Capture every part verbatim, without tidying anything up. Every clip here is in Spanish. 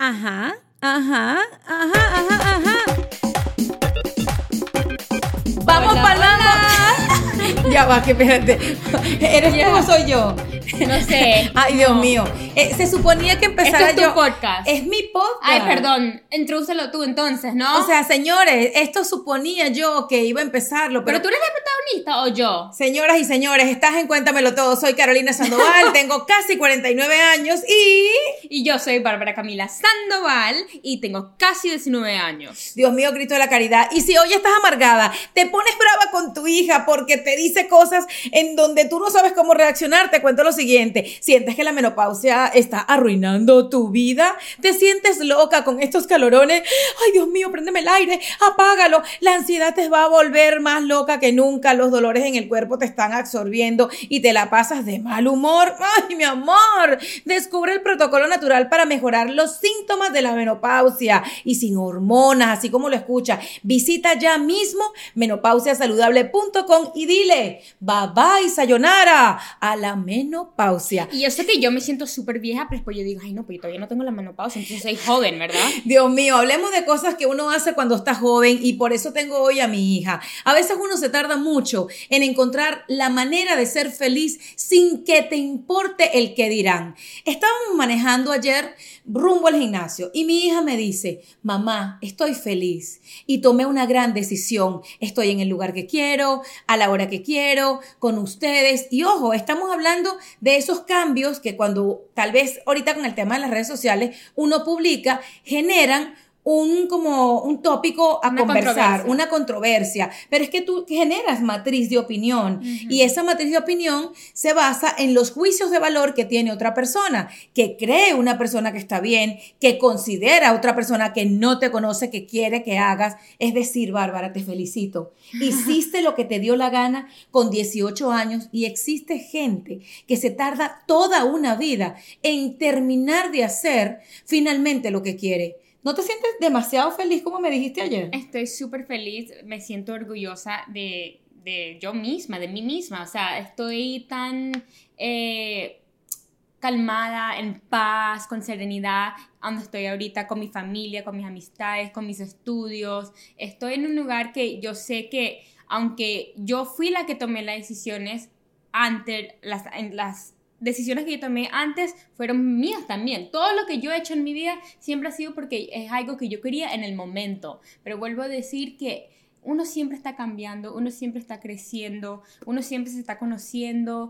Ajá, ajá, ajá, ajá, ajá. ¡Vamos Hola, para hola. Ya va, que espérate. ¿Eres Ya. tú o soy yo? No sé. Ay, Dios No. mío. Eh, se suponía que empezara Esto es tu yo. podcast. Es mi podcast. Ay, perdón. Introdúcelo tú entonces, ¿no? O sea, señores, esto suponía yo que iba a empezarlo, pero, ¿pero tú eres el protagonista o yo? señoras y señores, estás en Cuéntamelo Todo. Soy Carolina Sandoval, tengo casi cuarenta y nueve años y... Y yo soy Bárbara Camila Sandoval y tengo casi diecinueve años. Dios mío, Cristo de la caridad. Y si hoy estás amargada, te pones brava con tu hija porque te dice cosas en donde tú no sabes cómo reaccionar, te cuento lo siguiente. Sientes que la menopausia está arruinando tu vida, te sientes loca con estos calorones. Ay, Dios mío, préndeme el aire, apágalo. La ansiedad te va a volver más loca que nunca. Los dolores en el cuerpo te están absorbiendo y te la pasas de mal humor. Ay, mi amor, descubre el protocolo natural para mejorar los síntomas de la menopausia y sin hormonas, así como lo escucha. Visita ya mismo menopausia saludable punto com y dile bye bye, sayonara a la menopausia. Y yo sé que yo me siento súper vieja, pero después yo digo, ay no, pues yo todavía no tengo la menopausia, entonces soy joven, ¿verdad? Dios mío, hablemos de cosas que uno hace cuando está joven y por eso tengo hoy a mi hija. A veces uno se tarda mucho en encontrar la manera de ser feliz sin que te importe el que dirán. Estábamos manejando ayer rumbo al gimnasio y mi hija me dice, mamá, estoy feliz y tomé una gran decisión. Estoy en el lugar que quiero, a la hora que quiero, con ustedes. Y ojo, estamos hablando de esos cambios que cuando tal vez ahorita con el tema de las redes sociales uno publica, generan un como un tópico a Una conversar, controversia. una controversia, pero es que tú generas matriz de opinión Ujú. y esa matriz de opinión se basa en los juicios de valor que tiene otra persona, que cree una persona que está bien, que considera a otra persona que no te conoce, que quiere que hagas. Es decir, Bárbara, te felicito. Hiciste lo que te dio la gana con dieciocho años y existe gente que se tarda toda una vida en terminar de hacer finalmente lo que quiere. ¿No te sientes demasiado feliz como me dijiste ayer? Estoy súper feliz, me siento orgullosa de, de yo misma, de mí misma. O sea, estoy tan eh, calmada, en paz, con serenidad, donde estoy ahorita con mi familia, con mis amistades, con mis estudios. Estoy en un lugar que yo sé que, aunque yo fui la que tomé las decisiones antes, las, en las decisiones que yo tomé antes fueron mías también. Todo lo que yo he hecho en mi vida siempre ha sido porque es algo que yo quería en el momento. Pero vuelvo a decir que uno siempre está cambiando, uno siempre está creciendo, uno siempre se está conociendo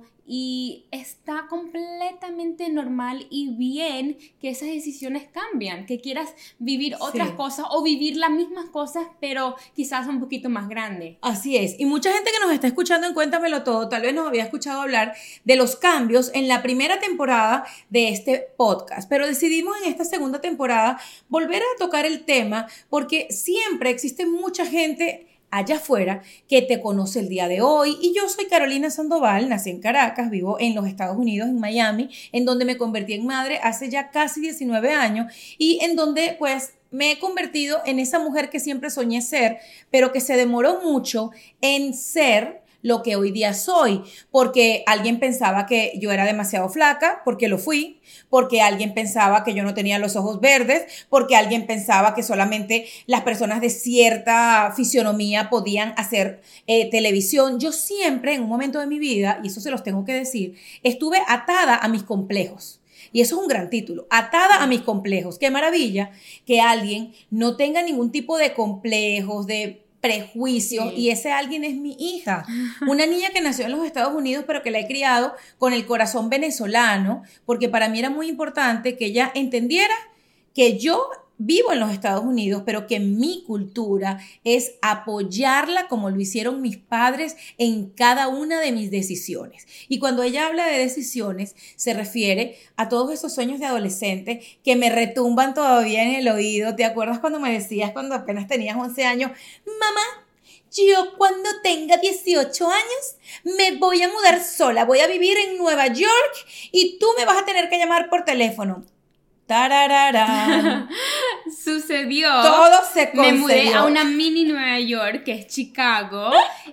y está completamente normal y bien que esas decisiones cambian, que quieras vivir otras Sí. cosas o vivir las mismas cosas, pero quizás un poquito más grande. Así es. Y mucha gente que nos está escuchando en Cuéntamelo Todo, tal vez nos había escuchado hablar de los cambios en la primera temporada de este podcast, pero decidimos en esta segunda temporada volver a tocar el tema porque siempre existe mucha gente allá afuera que te conoce el día de hoy. Y yo soy Carolina Sandoval, nací en Caracas, vivo en los Estados Unidos, en Miami, en donde me convertí en madre hace ya casi diecinueve años y en donde pues me he convertido en esa mujer que siempre soñé ser, pero que se demoró mucho en ser lo que hoy día soy, porque alguien pensaba que yo era demasiado flaca, porque lo fui, porque alguien pensaba que yo no tenía los ojos verdes, porque alguien pensaba que solamente las personas de cierta fisionomía podían hacer eh, televisión. Yo siempre, en un momento de mi vida, y eso se los tengo que decir, estuve atada a mis complejos. Y eso es un gran título, atada a mis complejos. Qué maravilla que alguien no tenga ningún tipo de complejos, de prejuicios, Sí. y ese alguien es mi hija, una niña que nació en los Estados Unidos pero que la he criado con el corazón venezolano, porque para mí era muy importante que ella entendiera que yo vivo en los Estados Unidos, pero que mi cultura es apoyarla como lo hicieron mis padres en cada una de mis decisiones. Y cuando ella habla de decisiones, se refiere a todos esos sueños de adolescente que me retumban todavía en el oído. ¿Te acuerdas cuando me decías cuando apenas tenías once años, mamá, yo cuando tenga dieciocho años me voy a mudar sola, voy a vivir en Nueva York y tú me vas a tener que llamar por teléfono? Tarararán. sucedió. Todo se concedió. Me mudé a una mini Nueva York, que es Chicago,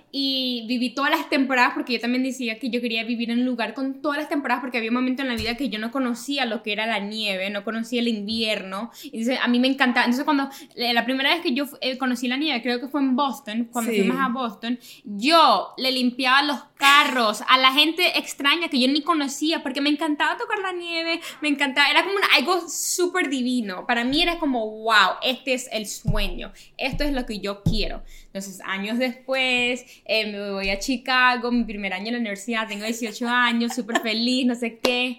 y viví todas las temporadas, porque yo también decía que yo quería vivir en un lugar con todas las temporadas, porque había un momento en la vida que yo no conocía lo que era la nieve, no conocía el invierno, y entonces a mí me encantaba. Entonces cuando, la primera vez que yo eh, conocí la nieve, creo que fue en Boston, cuando Sí. fuimos a Boston, yo le limpiaba los carros a la gente extraña que yo ni conocía, porque me encantaba tocar la nieve, me encantaba, era como una, algo súper divino. Para mí era como, wow, este es el sueño, esto es lo que yo quiero. Entonces, años después, eh, me voy a Chicago, mi primer año en la universidad, tengo dieciocho años, súper feliz, no sé qué.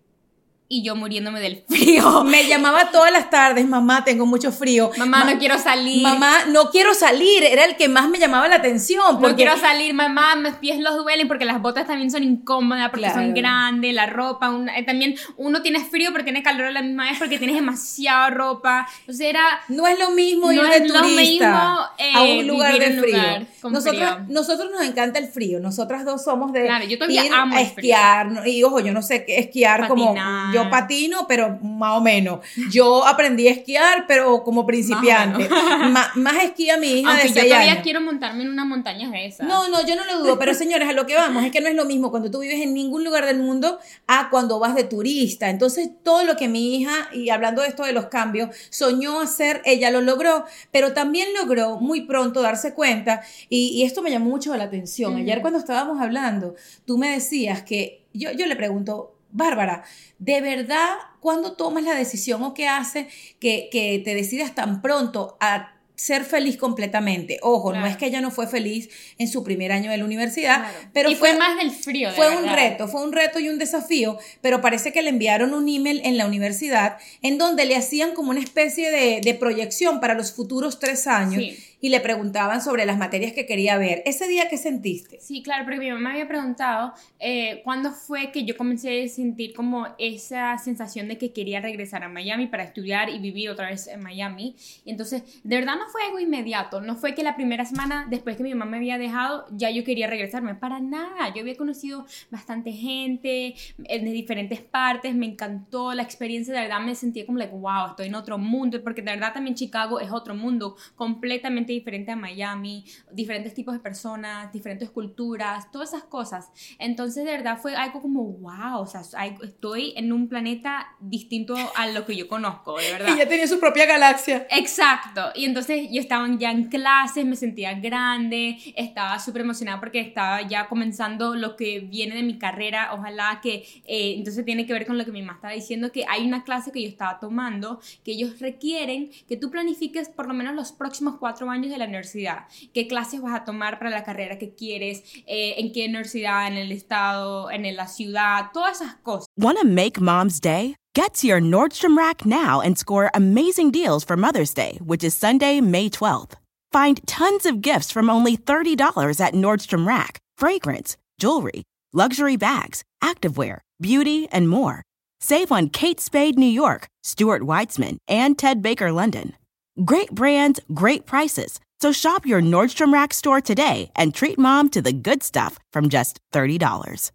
Y yo muriéndome del frío. Me llamaba todas las tardes, mamá, tengo mucho frío. Mamá, Ma- no quiero salir. Mamá, no quiero salir. Era el que más me llamaba la atención. Porque No quiero salir, mamá, mis pies los duelen porque las botas también son incómodas, porque Claro. son grandes, la ropa, un- eh, también uno tiene frío pero tiene calor a la misma vez porque tienes demasiada ropa. Entonces era... no es lo mismo ir No de es lo turista mismo, eh, a un lugar vivir de en frío. lugar con Nosotros, frío. nosotros nos encanta el frío. Nosotras dos somos de Claro, yo todavía ir amo a el frío. esquiar. ¿no? Y ojo, yo no sé qué esquiar Patinar. como yo patino, pero más o menos. Yo aprendí a esquiar, pero como principiante. Má- más esquía mi hija Aunque de yo seis todavía años. quiero montarme en una montaña de esas. No, no, yo no lo dudo, pero señores, a lo que vamos es que no es lo mismo cuando tú vives en ningún lugar del mundo a cuando vas de turista. Entonces, todo lo que mi hija, y hablando de esto de los cambios, soñó hacer, ella lo logró, pero también logró muy pronto darse cuenta, y, y esto me llamó mucho la atención. Ujú. Ayer cuando estábamos hablando, tú me decías que, yo, yo le pregunto, Bárbara, ¿de verdad cuándo tomas la decisión o qué hace que, que te decidas tan pronto a ser feliz completamente? Ojo, Claro. no es que ella no fue feliz en su primer año de la universidad, Claro. pero y fue, más del frío, de fue un verdad. reto, fue un reto y un desafío, pero parece que le enviaron un email en la universidad en donde le hacían como una especie de, de proyección para los futuros tres años Sí. y le preguntaban sobre las materias que quería ver. ¿Ese día qué sentiste? Sí, claro, porque mi mamá me había preguntado eh, cuándo fue que yo comencé a sentir como esa sensación de que quería regresar a Miami para estudiar y vivir otra vez en Miami. Y entonces, de verdad no fue algo inmediato, no fue que la primera semana después que mi mamá me había dejado, ya yo quería regresarme, para nada. Yo había conocido bastante gente eh, de diferentes partes, me encantó la experiencia, de verdad me sentía como like, wow, estoy en otro mundo, porque de verdad también Chicago es otro mundo, completamente diferente a Miami, diferentes tipos de personas, diferentes culturas, todas esas cosas. Entonces, de verdad fue algo como, wow, o sea, hay- estoy en un planeta distinto a lo que yo conozco, de verdad. Ella tenía su propia galaxia. Exacto, y entonces yo estaba ya en clases, me sentía grande, estaba súper emocionada porque estaba ya comenzando lo que viene de mi carrera, ojalá que, eh, entonces tiene que ver con lo que mi mamá estaba diciendo, que hay una clase que yo estaba tomando, que ellos requieren que tú planifiques por lo menos los próximos cuatro años de la universidad, qué clases vas a tomar para la carrera que quieres, eh, en qué universidad, en el estado, en la ciudad, todas esas cosas. Want to make Mom's Day? Get to your Nordstrom Rack now and score amazing deals for Mother's Day, which is Sunday, May twelfth. Find tons of gifts from only thirty dollars at Nordstrom Rack. Fragrance, jewelry, luxury bags, activewear, beauty, and more. Save on Kate Spade New York, Stuart Weitzman, and Ted Baker London. Great brands, great prices. So shop your Nordstrom Rack store today and treat Mom to the good stuff from just thirty dollars.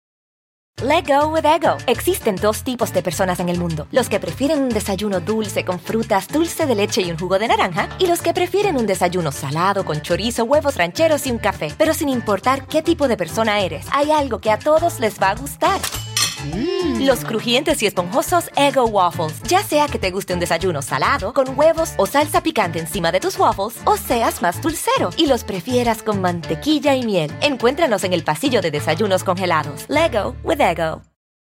Let go with ego. Existen dos tipos de personas en el mundo. Los que prefieren un desayuno dulce con frutas, dulce de leche y un jugo de naranja. Y los que prefieren un desayuno salado con chorizo, huevos rancheros y un café. Pero sin importar qué tipo de persona eres, hay algo que a todos les va a gustar. Mm. Los crujientes y esponjosos Eggo Waffles. Ya sea que te guste un desayuno salado, con huevos o salsa picante encima de tus waffles, o seas más dulcero y los prefieras con mantequilla y miel. Encuéntranos en el pasillo de desayunos congelados. Lego with Eggo.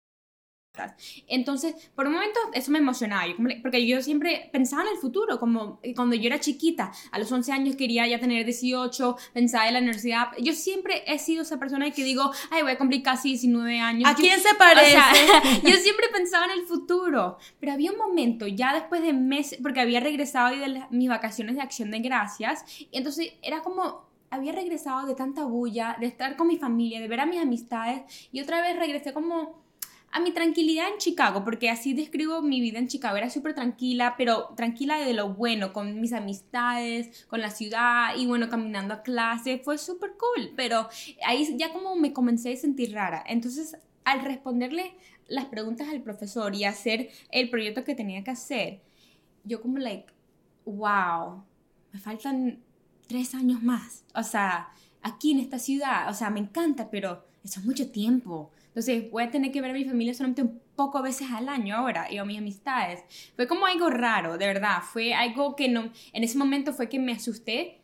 Entonces, por un momento eso me emocionaba, yo como, porque yo siempre pensaba en el futuro, como cuando yo era chiquita, a los once años quería ya tener dieciocho, pensaba en la universidad. Yo siempre he sido esa persona que digo, ay, voy a cumplir casi diecinueve años. ¿A yo, quién se parece? O sea, yo siempre pensaba en el futuro, pero había un momento, ya después de meses, porque había regresado de las, mis vacaciones de Acción de Gracias, y entonces era como... había regresado de tanta bulla, de estar con mi familia, de ver a mis amistades, y otra vez regresé como a mi tranquilidad en Chicago, porque así describo mi vida en Chicago. Era súper tranquila, pero tranquila de lo bueno, con mis amistades, con la ciudad, y bueno, caminando a clase. Fue súper cool, pero ahí ya como me comencé a sentir rara. Entonces, al responderle las preguntas al profesor y hacer el proyecto que tenía que hacer, yo como like... wow, me faltan tres años más. O sea, aquí en esta ciudad, o sea, me encanta, pero eso es mucho tiempo. Entonces voy a tener que ver a mi familia solamente un poco veces al año ahora, y a mis amistades. Fue como algo raro, de verdad. Fue algo que no, en ese momento fue que me asusté.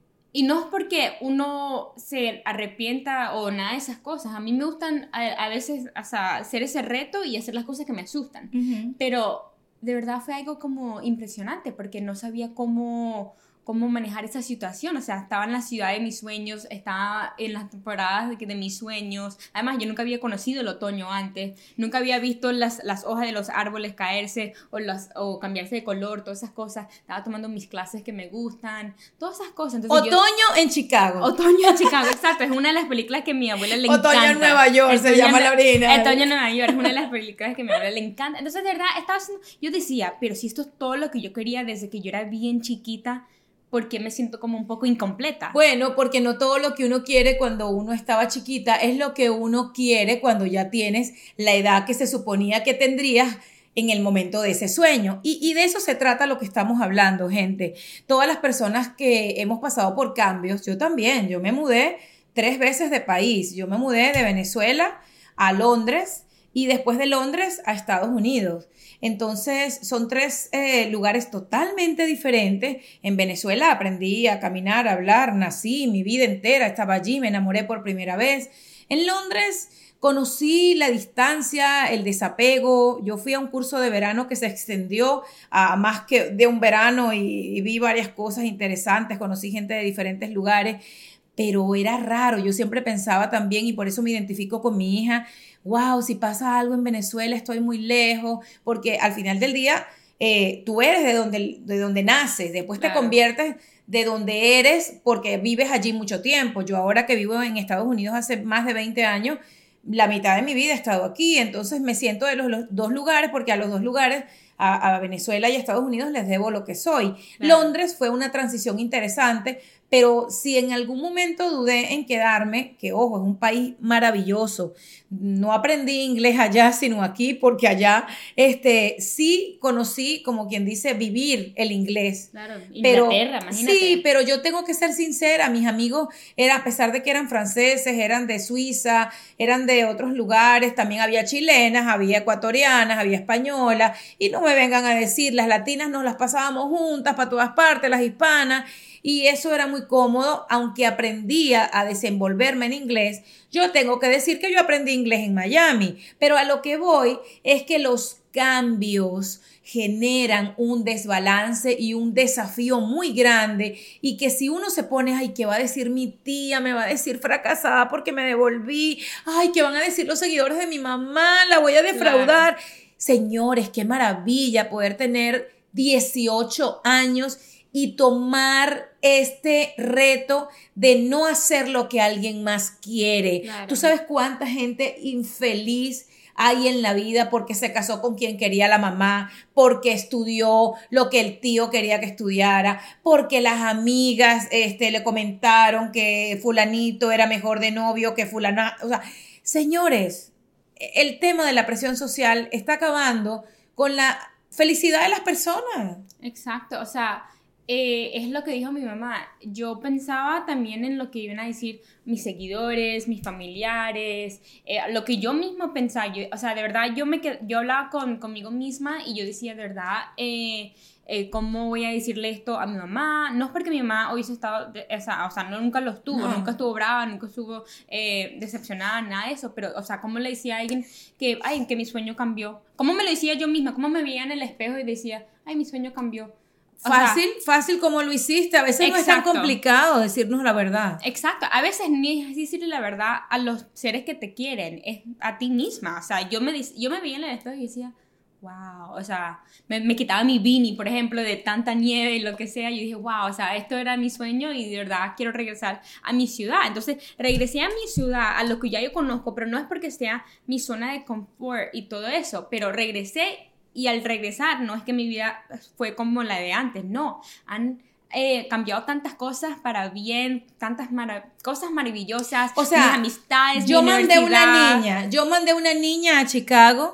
Y no es porque uno se arrepienta o nada de esas cosas. A mí me gustan a, a veces, o sea, hacer ese reto y hacer las cosas que me asustan. Uh-huh. Pero de verdad fue algo como impresionante, porque no sabía cómo... cómo manejar esa situación. O sea, estaba en la ciudad de mis sueños, estaba en las temporadas de, de mis sueños. Además, yo nunca había conocido el otoño antes, nunca había visto las, las hojas de los árboles caerse o, las, o cambiarse de color, todas esas cosas. Estaba tomando mis clases que me gustan, todas esas cosas. Entonces, Otoño yo, en Chicago. Otoño en Chicago, exacto. Es una de las películas que a mi abuela le encanta. Otoño en Nueva York, se llama la orina. Otoño en Nueva York es una de las películas que a mi abuela le encanta. Entonces, de verdad, estaba haciendo, yo decía, pero si esto es todo lo que yo quería desde que yo era bien chiquita, porque me siento como un poco incompleta. Bueno, porque no todo lo que uno quiere cuando uno estaba chiquita es lo que uno quiere cuando ya tienes la edad que se suponía que tendrías en el momento de ese sueño. Y, y de eso se trata lo que estamos hablando, gente. Todas las personas que hemos pasado por cambios, yo también, yo me mudé tres veces de país. Yo me mudé de Venezuela a Londres y después de Londres a Estados Unidos. Entonces, son tres eh, lugares totalmente diferentes. En Venezuela aprendí a caminar, a hablar, nací, mi vida entera estaba allí, me enamoré por primera vez. En Londres conocí la distancia, el desapego. Yo fui a un curso de verano que se extendió a más que de un verano y, y vi varias cosas interesantes, conocí gente de diferentes lugares, pero era raro. Yo siempre pensaba también, y por eso me identifico con mi hija, wow, si pasa algo en Venezuela estoy muy lejos, porque al final del día eh, tú eres de donde, de donde naces, después claro. Te conviertes de donde eres porque vives allí mucho tiempo. Yo ahora que vivo en Estados Unidos hace más de veinte años, la mitad de mi vida he estado aquí, entonces me siento de los, los dos lugares, porque a los dos lugares, a, a Venezuela y a Estados Unidos, les debo lo que soy. Claro. Londres fue una transición interesante, pero si en algún momento dudé en quedarme, que ojo, es un país maravilloso, no aprendí inglés allá, sino aquí, porque allá este, sí conocí, como quien dice, vivir el inglés. Claro, Inglaterra, pero, imagínate. Sí, pero yo tengo que ser sincera, mis amigos, eran, a pesar de que eran franceses, eran de Suiza, eran de otros lugares, también había chilenas, había ecuatorianas, había españolas, y no me vengan a decir, las latinas nos las pasábamos juntas para todas partes, las hispanas, y eso era muy cómodo, aunque aprendía a desenvolverme en inglés. Yo tengo que decir que yo aprendí inglés en Miami, pero a lo que voy es que los cambios generan un desbalance y un desafío muy grande, y que si uno se pone, ay, ¿qué va a decir mi tía? Me va a decir fracasada porque me devolví, ay, ¿qué van a decir los seguidores de mi mamá? La voy a defraudar. Claro. Señores, qué maravilla poder tener dieciocho años y tomar este reto de no hacer lo que alguien más quiere. Claro. ¿Tú sabes cuánta gente infeliz hay en la vida porque se casó con quien quería la mamá, porque estudió lo que el tío quería que estudiara, porque las amigas este, le comentaron que fulanito era mejor de novio que fulana? O sea, señores, el tema de la presión social está acabando con la felicidad de las personas. Exacto, o sea... Eh, es lo que dijo mi mamá. Yo pensaba también en lo que iban a decir mis seguidores, mis familiares, eh, lo que yo mismo pensaba. Yo, o sea, de verdad, yo, me qued, yo hablaba con, conmigo misma y yo decía, de verdad, eh, eh, ¿cómo voy a decirle esto a mi mamá? No es porque mi mamá hubiese estado, de, o, sea, o sea, no, nunca lo estuvo, no. nunca estuvo brava, nunca estuvo eh, decepcionada, nada de eso, pero, o sea, ¿cómo le decía a alguien que, ay, que mi sueño cambió? ¿Cómo me lo decía yo misma? ¿Cómo me veía en el espejo y decía, ay, mi sueño cambió? O fácil, sea, fácil como lo hiciste. A veces exacto. No es tan complicado decirnos la verdad. Exacto. A veces ni es decirle la verdad a los seres que te quieren, es a ti misma. O sea, yo me, yo me veía en el espejo y decía, wow. O sea, me, me quitaba mi beanie, por ejemplo, de tanta nieve y lo que sea. Yo dije, wow, o sea, esto era mi sueño y de verdad quiero regresar a mi ciudad. Entonces, regresé a mi ciudad, a lo que ya yo conozco, pero no es porque sea mi zona de confort y todo eso, pero regresé. Y al regresar, no es que mi vida fue como la de antes, no. Han eh, cambiado tantas cosas para bien, tantas marav- cosas maravillosas, o sea, mis amistades, yo mi mandé universidad. una niña, yo mandé una niña a Chicago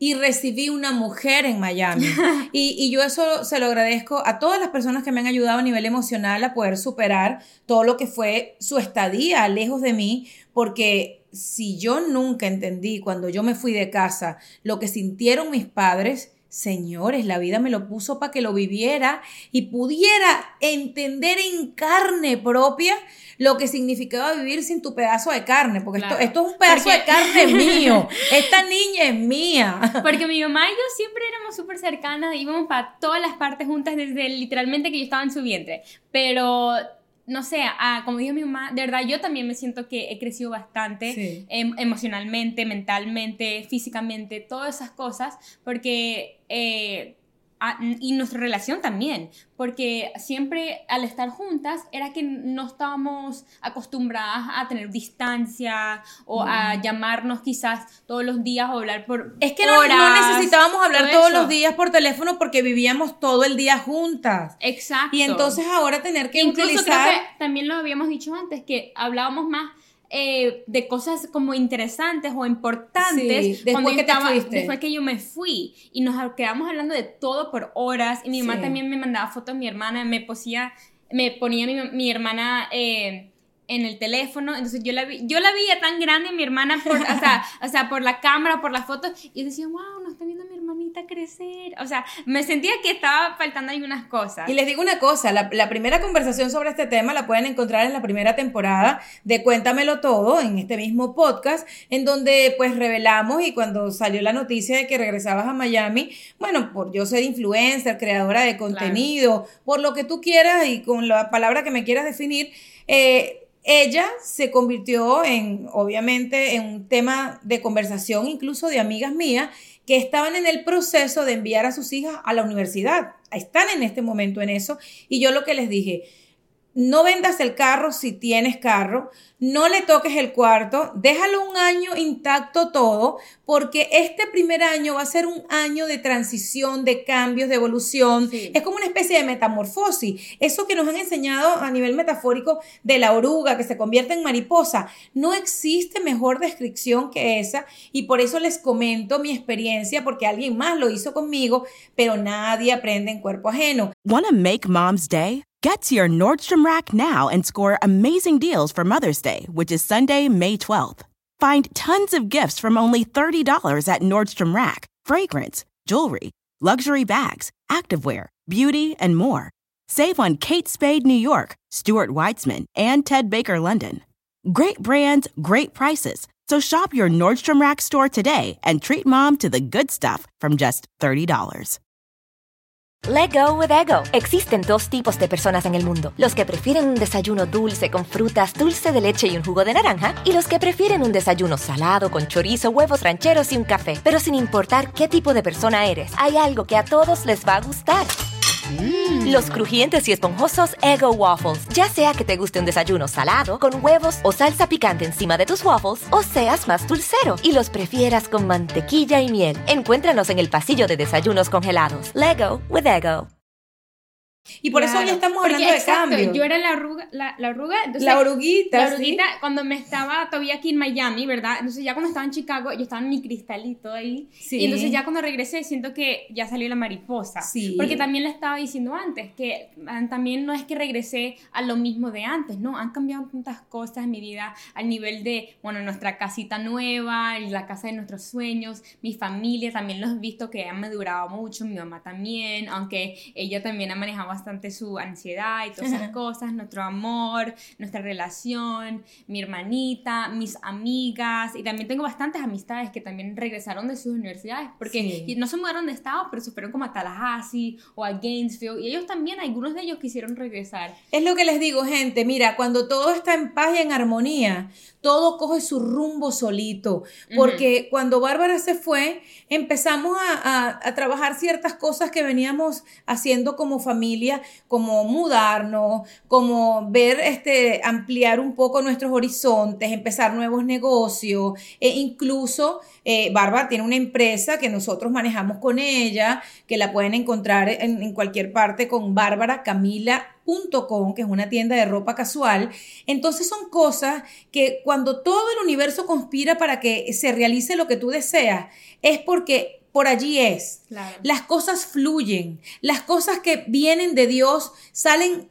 y recibí una mujer en Miami. y, y yo eso se lo agradezco a todas las personas que me han ayudado a nivel emocional a poder superar todo lo que fue su estadía lejos de mí, porque si yo nunca entendí cuando yo me fui de casa lo que sintieron mis padres, señores, la vida me lo puso para que lo viviera y pudiera entender en carne propia lo que significaba vivir sin tu pedazo de carne, porque claro. esto, esto es un pedazo porque... de carne mío, esta niña es mía. Porque mi mamá y yo siempre éramos súper cercanas, íbamos para todas las partes juntas desde literalmente que yo estaba en su vientre, pero... no sé, ah, como dijo mi mamá, de verdad yo también me siento que he crecido bastante sí. em, emocionalmente, mentalmente, físicamente, todas esas cosas, porque, eh, ah, y nuestra relación también, porque siempre al estar juntas era que no estábamos acostumbradas a tener distancia o mm. a llamarnos quizás todos los días o hablar por Es que no, horas, no necesitábamos hablar todo todos los días por teléfono porque vivíamos todo el día juntas. Exacto. Y entonces ahora tener que Incluso utilizar... creo que también lo habíamos dicho antes, que hablábamos más eh, de cosas como interesantes o importantes. Sí, después que estaba, te fuiste. Después que yo me fui. Y nos quedamos hablando de todo por horas. Y mi mamá sí. también me mandaba fotos de mi hermana. Me, posía, me ponía mi, mi hermana... Eh, en el teléfono, entonces yo la vi, yo la veía tan grande mi hermana, por, o, sea, o sea, por la cámara, por las fotos, y decía, wow, no está viendo a mi hermanita crecer, o sea, me sentía que estaba faltando algunas cosas. Y les digo una cosa, la, la primera conversación sobre este tema la pueden encontrar en la primera temporada de Cuéntamelo Todo, en este mismo podcast, en donde pues revelamos, y cuando salió la noticia de que regresabas a Miami, bueno, por yo ser influencer, creadora de contenido, claro. por lo que tú quieras y con la palabra que me quieras definir, eh, ella se convirtió en, obviamente, en un tema de conversación, incluso de amigas mías, que estaban en el proceso de enviar a sus hijas a la universidad. Están en este momento en eso. Y yo lo que les dije, no vendas el carro si tienes carro, no le toques el cuarto, déjalo un año intacto todo, porque este primer año va a ser un año de transición, de cambios, de evolución. Sí. Es como una especie de metamorfosis. Eso que nos han enseñado a nivel metafórico de la oruga que se convierte en mariposa. No existe mejor descripción que esa, y por eso les comento mi experiencia, porque alguien más lo hizo conmigo, pero nadie aprende en cuerpo ajeno. Wanna make Mom's Day? Get to your Nordstrom Rack now and score amazing deals for Mother's Day, which is Sunday, May twelfth. Find tons of gifts from only thirty dollars at Nordstrom Rack. Fragrance, jewelry, luxury bags, activewear, beauty, and more. Save on Kate Spade New York, Stuart Weitzman, and Ted Baker London. Great brands, great prices. So shop your Nordstrom Rack store today and treat Mom to the good stuff from just thirty dollars. Let go with ego. Existen dos tipos de personas en el mundo. Los que prefieren un desayuno dulce con frutas, dulce de leche y un jugo de naranja. Y los que prefieren un desayuno salado con chorizo, huevos rancheros y un café. Pero sin importar qué tipo de persona eres, hay algo que a todos les va a gustar. Mm. Los crujientes y esponjosos Eggo Waffles. Ya sea que te guste un desayuno salado, con huevos o salsa picante encima de tus waffles, o seas más dulcero y los prefieras con mantequilla y miel. Encuéntranos en el pasillo de desayunos congelados. Let go with Eggo. Y por claro, eso hoy estamos hablando de cambio. Yo era la arruga, la, la arruga, entonces, la oruguita, la oruguita ¿sí? Cuando me estaba todavía aquí en Miami, ¿verdad? Entonces ya cuando estaba en Chicago, yo estaba en mi cristalito ahí. Sí. Y entonces ya cuando regresé siento que ya salió la mariposa. Sí. Porque también le estaba diciendo antes, que también no es que regresé a lo mismo de antes, ¿no? Han cambiado tantas cosas en mi vida al nivel de, bueno, nuestra casita nueva, la casa de nuestros sueños, mi familia, también los he visto que han madurado mucho, mi mamá también, aunque ella también ha manejado bastante su ansiedad y todas esas cosas, nuestro amor, nuestra relación, mi hermanita, mis amigas, y también tengo bastantes amistades que también regresaron de sus universidades, porque sí. no se mudaron de estado, pero se fueron como a Tallahassee o a Gainesville, y ellos también, algunos de ellos quisieron regresar. Es lo que les digo, gente, mira, cuando todo está en paz y en armonía, todo coge su rumbo solito, porque uh-huh. cuando Bárbara se fue, empezamos a, a, a trabajar ciertas cosas que veníamos haciendo como familia, como mudarnos, como ver, este, ampliar un poco nuestros horizontes, empezar nuevos negocios, e incluso eh, Bárbara tiene una empresa que nosotros manejamos con ella, que la pueden encontrar en, en cualquier parte con bárbara camila punto com, que es una tienda de ropa casual. Entonces son cosas que cuando todo el universo conspira para que se realice lo que tú deseas, es porque por allí es. Claro. Las cosas fluyen, las cosas que vienen de Dios salen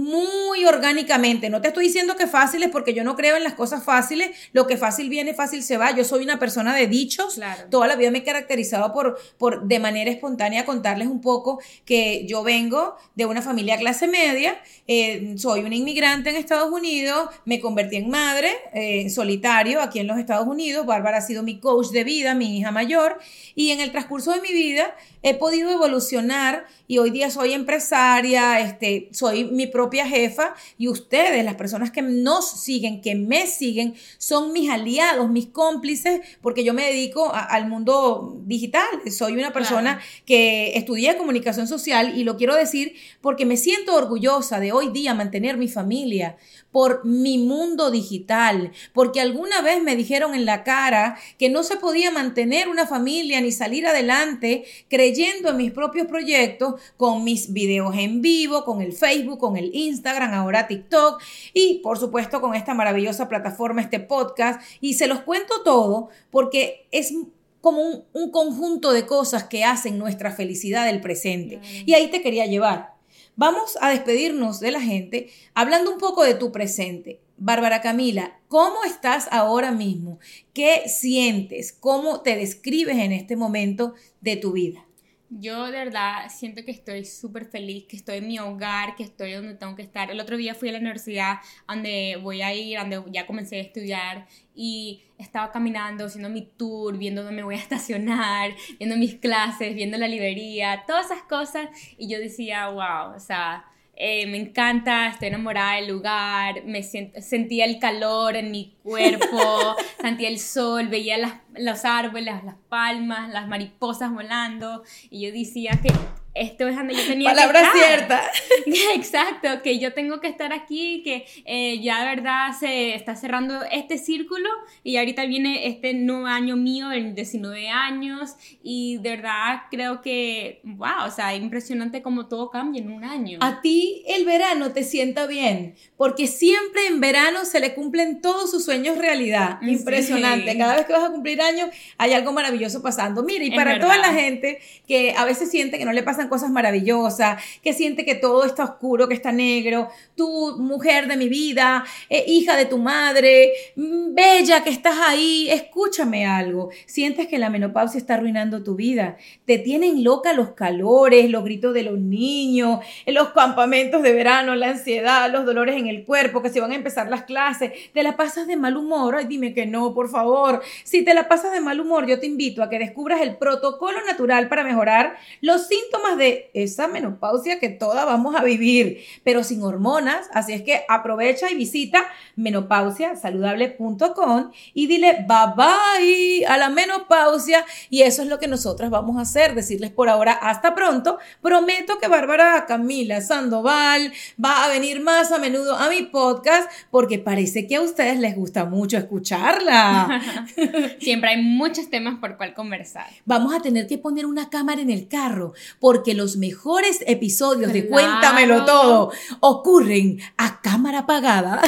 muy orgánicamente. No te estoy diciendo que fáciles porque yo no creo en las cosas fáciles. Lo que fácil viene, fácil se va. Yo soy una persona de dichos. Claro. Toda la vida me he caracterizado por, por de manera espontánea contarles un poco que yo vengo de una familia clase media, eh, soy una inmigrante en Estados Unidos, me convertí en madre eh, en solitario aquí en los Estados Unidos. Bárbara ha sido mi coach de vida, mi hija mayor, y en el transcurso de mi vida he podido evolucionar y hoy día soy empresaria, este, soy mi propia jefa, y ustedes, las personas que nos siguen, que me siguen, son mis aliados, mis cómplices, porque yo me dedico a, al mundo digital. Soy una persona Claro. que estudié comunicación social, y lo quiero decir porque me siento orgullosa de hoy día mantener mi familia por mi mundo digital, porque alguna vez me dijeron en la cara que no se podía mantener una familia ni salir adelante creyendo en mis propios proyectos, con mis videos en vivo, con el Facebook, con el Instagram, ahora TikTok, y por supuesto con esta maravillosa plataforma, este podcast. Y se los cuento todo porque es como un, un conjunto de cosas que hacen nuestra felicidad del presente. Claro. Y ahí te quería llevar. Vamos a despedirnos de la gente hablando un poco de tu presente. Bárbara Camila, ¿cómo estás ahora mismo? ¿Qué sientes? ¿Cómo te describes en este momento de tu vida? Yo de verdad siento que estoy súper feliz, que estoy en mi hogar, que estoy donde tengo que estar. El otro día fui a la universidad donde voy a ir, donde ya comencé a estudiar, y estaba caminando, haciendo mi tour, viendo dónde me voy a estacionar, viendo mis clases, viendo la librería, todas esas cosas. Y yo decía, wow, o sea, eh, me encanta, estoy enamorada del lugar, me sent- sentía el calor en mi cuerpo, sentía el sol, veía las, los árboles, las palmas, las mariposas volando, y yo decía que esto es donde yo tenía Palabra que estar. cierta. Exacto, que yo tengo que estar aquí, que eh, ya de verdad se está cerrando este círculo, y ahorita viene este nuevo año mío, el diecinueve años, y de verdad creo que, wow, o sea, impresionante cómo todo cambia en un año. A ti el verano te sienta bien, porque siempre en verano se le cumplen todos sus sueños realidad. Sí. Impresionante. Cada vez que vas a cumplir años hay algo maravilloso pasando. Mira, y Es para verdad. toda la gente que a veces siente que no le pasan cosas maravillosas, que siente que todo está oscuro, que está negro, tú, mujer de mi vida, eh, hija de tu madre, mm, bella que estás ahí, escúchame algo. Sientes que la menopausia está arruinando tu vida. Te tienen loca los calores, los gritos de los niños, en los campamentos de verano, la ansiedad, los dolores en el cuerpo, que se van a empezar las clases. Te la pasas de mal humor. Ay, dime que no, por favor. Si te la pasas de mal humor, yo te invito a que descubras el protocolo natural para mejorar los síntomas de esa menopausia que todas vamos a vivir, pero sin hormonas. Así es que aprovecha y visita menopausia saludable punto com y dile bye bye a la menopausia. Y eso es lo que nosotras vamos a hacer, decirles por ahora hasta pronto. Prometo que Bárbara Camila Sandoval va a venir más a menudo a mi podcast, porque parece que a ustedes les gusta mucho escucharla. Siempre hay muchos temas por cual conversar. Vamos a tener que poner una cámara en el carro, porque los mejores episodios de Claro. Cuéntamelo Todo ocurren a cámara apagada.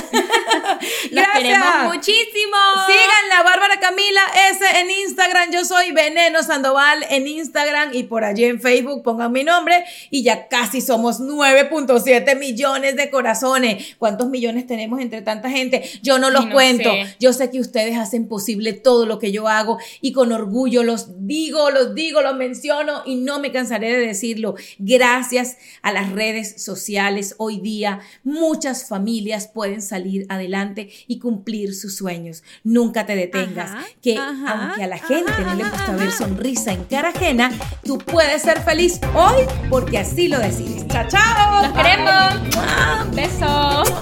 Los queremos muchísimo. Síganla, Bárbara Camila S en Instagram. Yo soy Veneno Sandoval en Instagram, y por allí en Facebook pongan mi nombre, y ya casi somos nueve punto siete millones de corazones. ¿Cuántos millones tenemos entre tanta gente? Yo no los Ay, no cuento. sé. Yo sé que ustedes hacen posible todo lo que yo hago, y con orgullo los digo, los digo, los menciono, y no me cansaré de decirlo. Gracias a las redes sociales, hoy día muchas familias pueden salir adelante y cumplir sus sueños. Nunca te detengas, Ajá, que ajá, aunque a la gente ajá, no le gusta ajá, ver ajá. sonrisa en cara ajena, tú puedes ser feliz hoy porque así lo decides. ¡Chao, chao! Los queremos. Besos.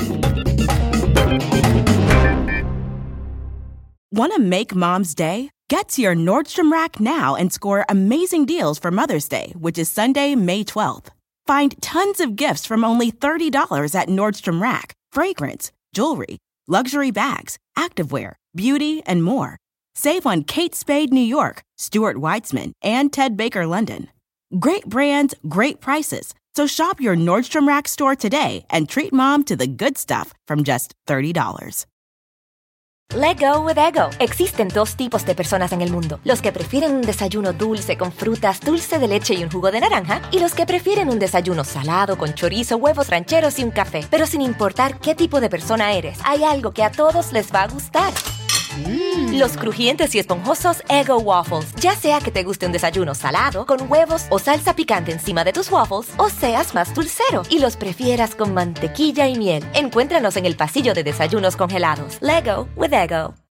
Want to make Mom's Day? Get to your Nordstrom Rack now and score amazing deals for Mother's Day, which is Sunday, May twelfth. Find tons of gifts from only thirty dollars at Nordstrom Rack. Fragrance, jewelry, luxury bags, activewear, beauty, and more. Save on Kate Spade New York, Stuart Weitzman, and Ted Baker London. Great brands, great prices. So shop your Nordstrom Rack store today and treat Mom to the good stuff from just thirty dollars. Let go with Ego. Existen dos tipos de personas en el mundo. Los que prefieren un desayuno dulce con frutas, dulce de leche y un jugo de naranja. Y los que prefieren un desayuno salado con chorizo, huevos rancheros y un café. Pero sin importar qué tipo de persona eres, hay algo que a todos les va a gustar. Mm. Los crujientes y esponjosos Eggo Waffles. Ya sea que te guste un desayuno salado, con huevos o salsa picante encima de tus waffles, o seas más dulcero y los prefieras con mantequilla y miel. Encuéntranos en el pasillo de desayunos congelados. Let go with Eggo.